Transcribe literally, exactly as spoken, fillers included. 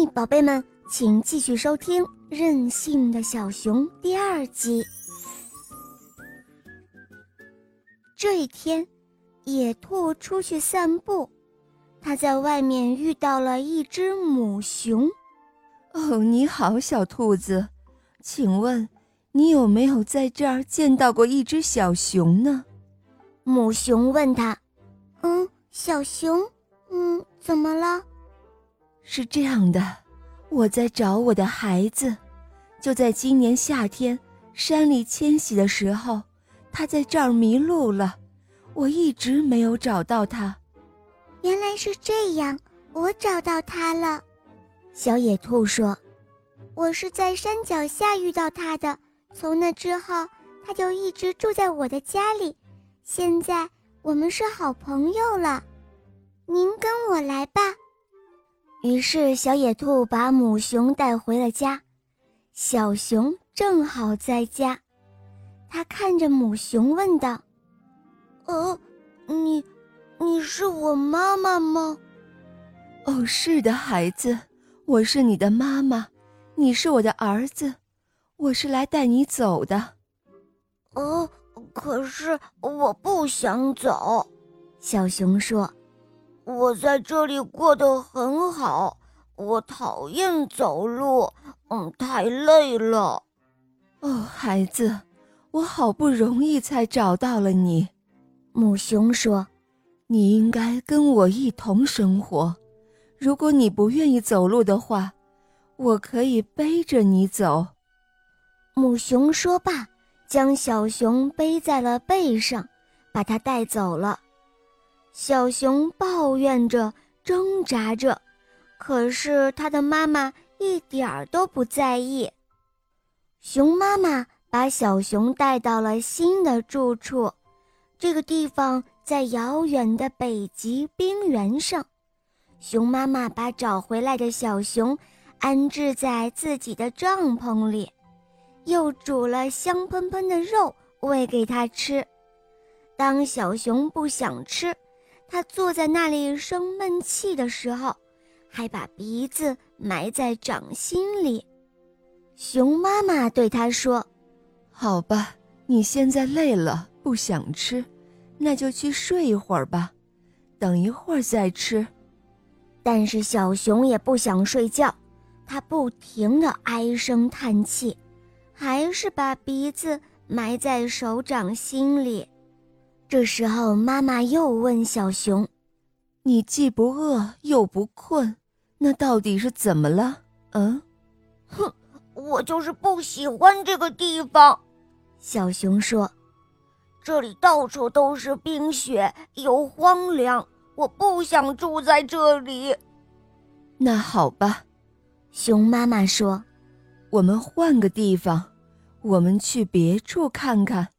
宝贝们，请继续收听《任性的小熊》第二集。这一天，野兔出去散步，它在外面遇到了一只母熊。 哦，你好，小兔子，请问你有没有在这儿见到过一只小熊呢？ 母熊问他。嗯，小熊，嗯，怎么了？ 是这样的，我在找我的孩子，就在今年夏天山里迁徙的时候，他在这儿迷路了，我一直没有找到他。 原来是这样，我找到他了。小野兔说，我是在山脚下遇到他的，从那之后他就一直住在我的家里，现在我们是好朋友了。您跟我来吧。于是小野兔把母熊带回了家，小熊正好在家，他看着母熊问道，呃，你你是我妈妈吗？ 哦，是的，孩子，我是你的妈妈，你是我的儿子，我是来带你走的。 哦，可是我不想走。小熊说，我在这里过得很好，我讨厌走路，嗯，太累了。 哦，孩子，我好不容易才找到了你。 母熊说， 你应该跟我一同生活，如果你不愿意走路的话，我可以背着你走。 母熊说罢，将小熊背在了背上，把它带走了。小熊抱怨着，挣扎着，可是它的妈妈一点儿都不在意。熊妈妈把小熊带到了新的住处，这个地方在遥远的北极冰原上。熊妈妈把找回来的小熊安置在自己的帐篷里，又煮了香喷喷的肉喂给它吃。当小熊不想吃，它坐在那里生闷气的时候，还把鼻子埋在掌心里。熊妈妈对它说， 好吧，你现在累了，不想吃，那就去睡一会儿吧，等一会儿再吃。 但是小熊也不想睡觉，它不停地唉声叹气，还是把鼻子埋在手掌心里。这时候妈妈又问小熊， 你既不饿又不困，那到底是怎么了？嗯？ 哼，我就是不喜欢这个地方。小熊说，这里到处都是冰雪，又荒凉，我不想住在这里。 那好吧， 熊妈妈说， 我们换个地方，我们去别处看看。